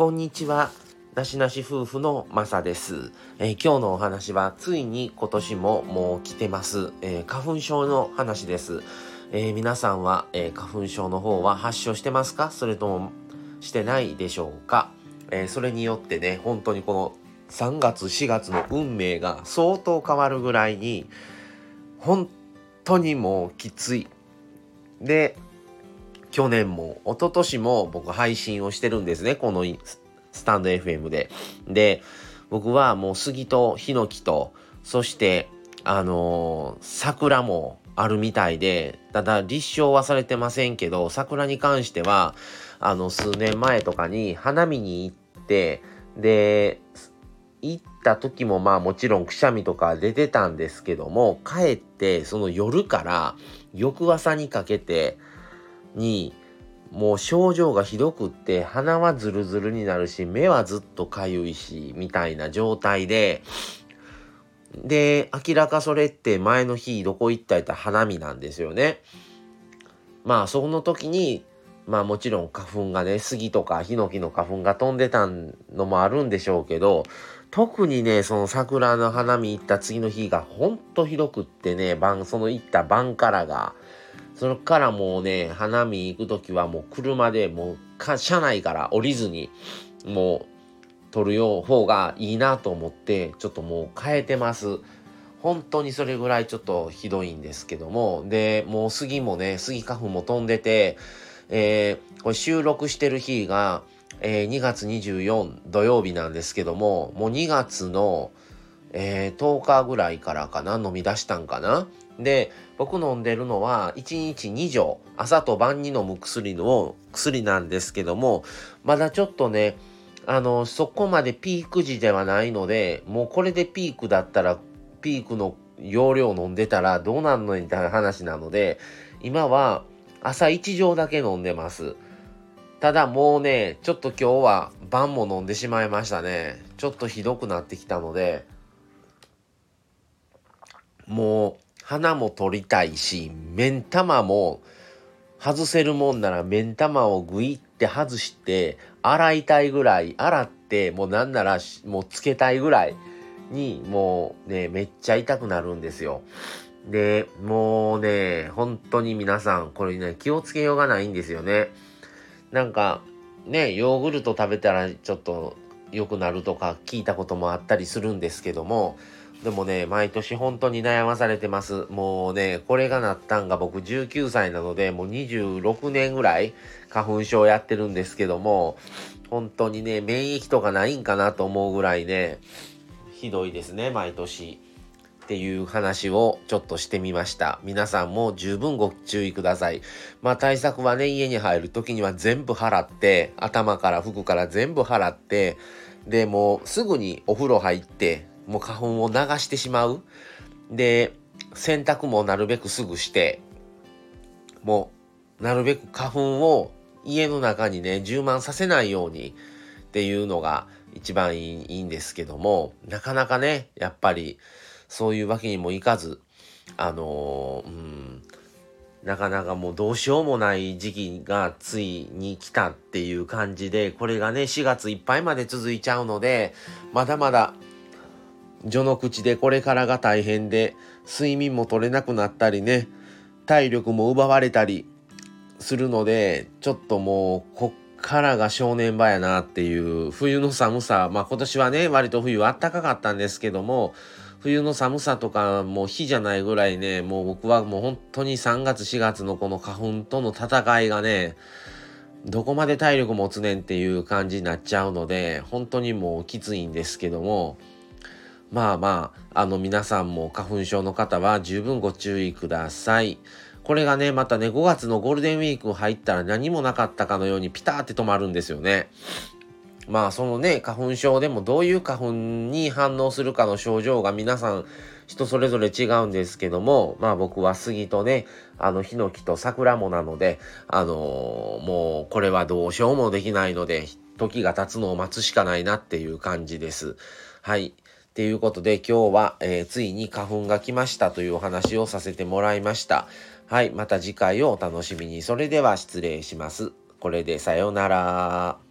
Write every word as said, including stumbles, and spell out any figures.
こんにちは。なしなし夫婦のまさです、えー、今日のお話はついに今年ももう来てます、えー、花粉症の話です、えー、皆さんは、えー、花粉症の方は発症してますか？それともしてないでしょうか？えー、それによってね、本当にこのさんがつしがつの運命が相当変わるぐらいに本当にもうきついで、去年も一昨年も僕配信をしてるんですね、このスタンド エフエム で。で、僕はもう杉とヒノキと、そしてあのー、桜もあるみたいで、ただ立証はされてませんけど、桜に関してはあの数年前とかに花見に行って、で行った時もまあもちろんくしゃみとか出てたんですけども、帰ってその夜から翌朝にかけてにもう症状がひどくって、鼻はズルズルになるし、目はずっとかゆいしみたいな状態で、で明らかそれって前の日どこ行ったやったら花見なんですよね。まあその時にまあもちろん花粉がね、杉とかヒノキの花粉が飛んでたのもあるんでしょうけど、特にねその桜の花見行った次の日がほんとひどくってね、晩その行った晩からがそれからもうね、花見行くときはもう車でもうか車内から降りずにもう撮るよう方がいいなと思ってちょっともう変えてます。本当にそれぐらいちょっとひどいんですけども、でもう杉もね、杉花粉も飛んでて、えー、これ収録してる日が、えー、にがつにじゅうよっか土曜日なんですけども、もうにがつの、えー、とおかぐらいからかな、飲み出したんかな。で僕飲んでるのはいちにちに錠、朝と晩に飲む薬の薬なんですけども、まだちょっとねあのそこまでピーク時ではないので、もうこれでピークだったらピークの容量飲んでたらどうなんのみたいな話なので、今は朝いち錠だけ飲んでます。ただもうねちょっと今日は晩も飲んでしまいましたね。ちょっとひどくなってきたので、もう鼻も取りたいし、目ん玉も外せるもんなら目ん玉をグイって外して洗いたいぐらい、洗ってもうなんならもうつけたいぐらいにもうねめっちゃ痛くなるんですよ。でもうね本当に皆さんこれね気をつけようがないんですよね。なんかねヨーグルト食べたらちょっと良くなるとか聞いたこともあったりするんですけども、でもね毎年本当に悩まされてます。もうねこれがなったんが僕じゅうきゅうさいなので、もうにじゅうろくねんぐらい花粉症やってるんですけども、本当にね免疫とかないんかなと思うぐらいねひどいですね毎年っていう話をちょっとしてみました。皆さんも十分ご注意ください。まあ対策はね、家に入る時には全部払って、頭から服から全部払って、でもうすぐにお風呂入ってもう花粉を流してしまう。で洗濯もなるべくすぐして、もうなるべく花粉を家の中にね充満させないようにっていうのが一番いい、いいんですけども、なかなかねやっぱりそういうわけにもいかず、あのー、うんなかなかもうどうしようもない時期がついに来たっていう感じで、これがねしがついっぱいまで続いちゃうので、まだまだ序の口でこれからが大変で、睡眠も取れなくなったりね、体力も奪われたりするので、ちょっともうこっからが正念場やなっていう冬の寒さ。まあ今年はね割と冬あったかかったんですけども、冬の寒さとかもう日じゃないぐらいね、もう僕はもう本当にさんがつしがつのこの花粉との戦いがね、どこまで体力持つねんっていう感じになっちゃうので、本当にもうきついんですけども、まあまあ、あの皆さんも花粉症の方は十分ご注意ください。これがね、またね、ごがつのゴールデンウィーク入ったら何もなかったかのようにピターって止まるんですよね。まあそのね、花粉症でもどういう花粉に反応するかの症状が皆さん人それぞれ違うんですけども、まあ僕は杉とね、あのヒノキと桜もなので、あのーもうこれはどうしようもできないので、時が経つのを待つしかないなっていう感じです。はい。っていうことで今日は、えーついに花粉が来ましたというお話をさせてもらいました。はい。また次回をお楽しみに。それでは失礼します。これでさようなら。